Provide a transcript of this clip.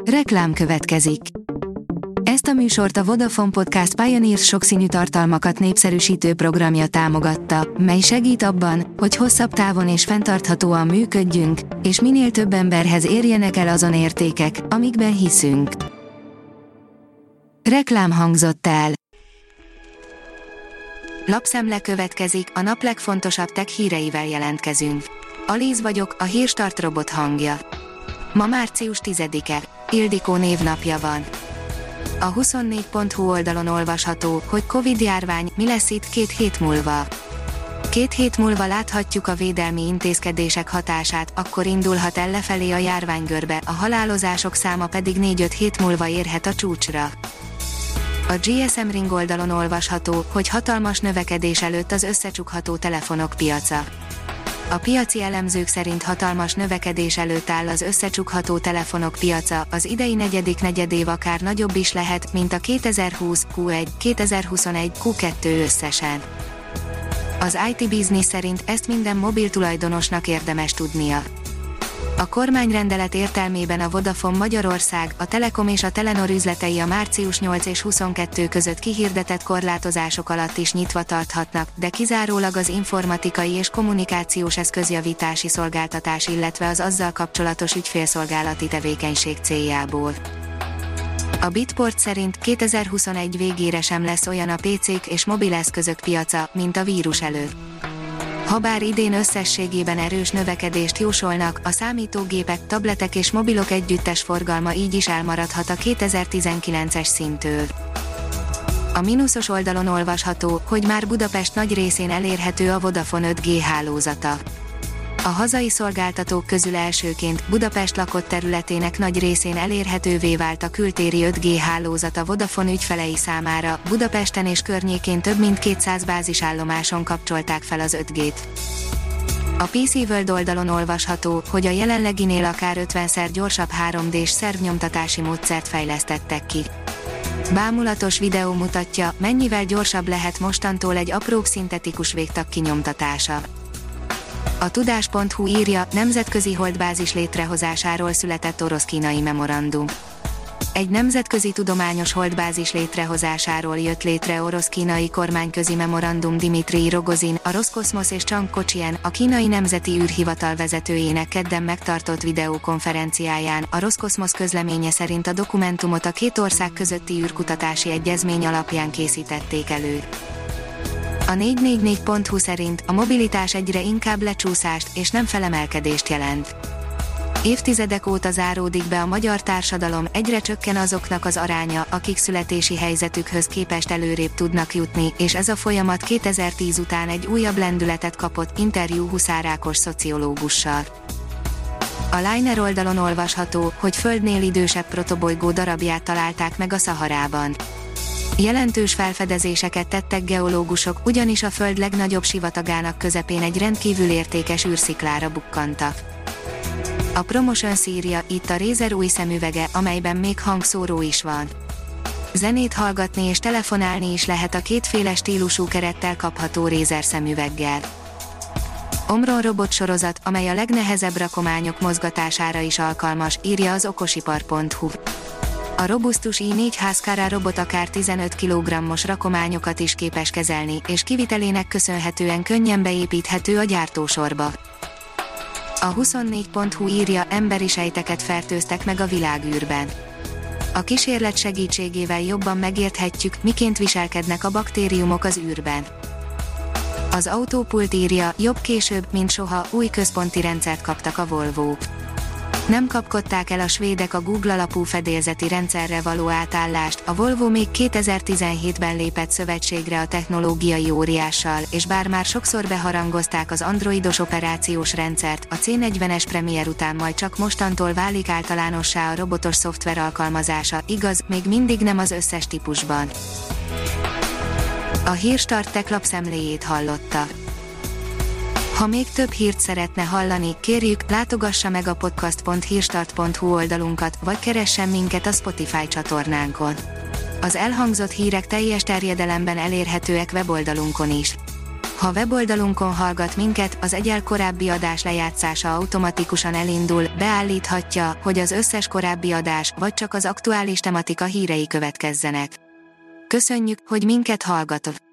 Reklám következik. Ezt a műsort a Vodafone Podcast Pioneers sokszínű tartalmakat népszerűsítő programja támogatta, mely segít abban, hogy hosszabb távon és fenntarthatóan működjünk, és minél több emberhez érjenek el azon értékek, amikben hiszünk. Reklám hangzott el. Lapszemle következik, a nap legfontosabb tech híreivel jelentkezünk. Alíz vagyok, a Hírstart robot hangja. Ma március 10-e, Ildikó névnapja van. A 24.hu oldalon olvasható, hogy Covid-járvány, mi lesz itt 2 hét múlva. 2 hét múlva láthatjuk a védelmi intézkedések hatását, akkor indulhat el lefelé a járványgörbe, a halálozások száma pedig 4-5 hét múlva érhet a csúcsra. A GSM Ring oldalon olvasható, hogy hatalmas növekedés előtt az összecsukható telefonok piaca. A piaci elemzők szerint hatalmas növekedés előtt áll az összecsukható telefonok piaca, az idei negyedik negyedév akár nagyobb is lehet, mint a 2020 Q1, 2021 Q2 összesen. Az IT Business szerint ezt minden mobil tulajdonosnak érdemes tudnia. A kormányrendelet értelmében a Vodafone Magyarország, a Telekom és a Telenor üzletei a március 8 és 22 között kihirdetett korlátozások alatt is nyitva tarthatnak, de kizárólag az informatikai és kommunikációs eszközjavítási szolgáltatás, illetve az azzal kapcsolatos ügyfélszolgálati tevékenység céljából. A Bitport szerint 2021 végére sem lesz olyan a PC-k és mobileszközök piaca, mint a vírus előtt. Habár idén összességében erős növekedést jósolnak, a számítógépek, tabletek és mobilok együttes forgalma így is elmaradhat a 2019-es szinttől. A mínuszos oldalon olvasható, hogy már Budapest nagy részén elérhető a Vodafone 5G hálózata. A hazai szolgáltatók közül elsőként Budapest lakott területének nagy részén elérhetővé vált a kültéri 5G hálózat a Vodafone ügyfelei számára, Budapesten és környékén több mint 200 bázisállomáson kapcsolták fel az 5G-t. A PC World oldalon olvasható, hogy a jelenleginél akár 50-szer gyorsabb 3D-s szervnyomtatási módszert fejlesztettek ki. Bámulatos videó mutatja, mennyivel gyorsabb lehet mostantól egy apróbb szintetikus végtag kinyomtatása. A tudás.hu írja, nemzetközi holdbázis létrehozásáról született orosz-kínai memorandum. Egy nemzetközi tudományos holdbázis létrehozásáról jött létre orosz-kínai kormányközi memorandum Dmitrij Rogozin, a Roszkoszmosz és Csang Kocsien, a kínai nemzeti űrhivatal vezetőjének kedden megtartott videókonferenciáján. A Roszkoszmosz közleménye szerint a dokumentumot a két ország közötti űrkutatási egyezmény alapján készítették elő. A 444.hu szerint a mobilitás egyre inkább lecsúszást és nem felemelkedést jelent. Évtizedek óta záródik be a magyar társadalom, egyre csökken azoknak az aránya, akik születési helyzetükhöz képest előrébb tudnak jutni, és ez a folyamat 2010 után egy újabb lendületet kapott, interjú Huszár Ákos szociológussal. A Liner oldalon olvasható, hogy Földnél idősebb protobolygó darabját találták meg a Szaharában. Jelentős felfedezéseket tettek geológusok, ugyanis a Föld legnagyobb sivatagának közepén egy rendkívül értékes űrsziklára bukkantak. A Promotions írja, itt a Razer új szemüvege, amelyben még hangszóró is van. Zenét hallgatni és telefonálni is lehet a kétféle stílusú kerettel kapható Razer szemüveggel. Omron robot sorozat, amely a legnehezebb rakományok mozgatására is alkalmas, írja az okosipar.hu. A robusztus i4 Haskara robot akár 15 kg-os rakományokat is képes kezelni, és kivitelének köszönhetően könnyen beépíthető a gyártósorba. A 24.hu írja, emberi sejteket fertőztek meg a világűrben. A kísérlet segítségével jobban megérthetjük, miként viselkednek a baktériumok az űrben. Az Autópult írja, jobb később, mint soha, új központi rendszert kaptak a Volvók. Nem kapkodták el a svédek a Google alapú fedélzeti rendszerre való átállást, a Volvo még 2017-ben lépett szövetségre a technológiai óriással, és bár már sokszor beharangozták az androidos operációs rendszert, a C40-es Premier után majd csak mostantól válik általánossá a robotos szoftver alkalmazása, igaz, még mindig nem az összes típusban. A Hírstart Tech lapszemléjét hallotta. Ha még több hírt szeretne hallani, kérjük, látogassa meg a podcast.hírstart.hu oldalunkat, vagy keressen minket a Spotify csatornánkon. Az elhangzott hírek teljes terjedelemben elérhetőek weboldalunkon is. Ha weboldalunkon hallgat minket, az egyel korábbi adás lejátszása automatikusan elindul, beállíthatja, hogy az összes korábbi adás, vagy csak az aktuális tematika hírei következzenek. Köszönjük, hogy minket hallgatott!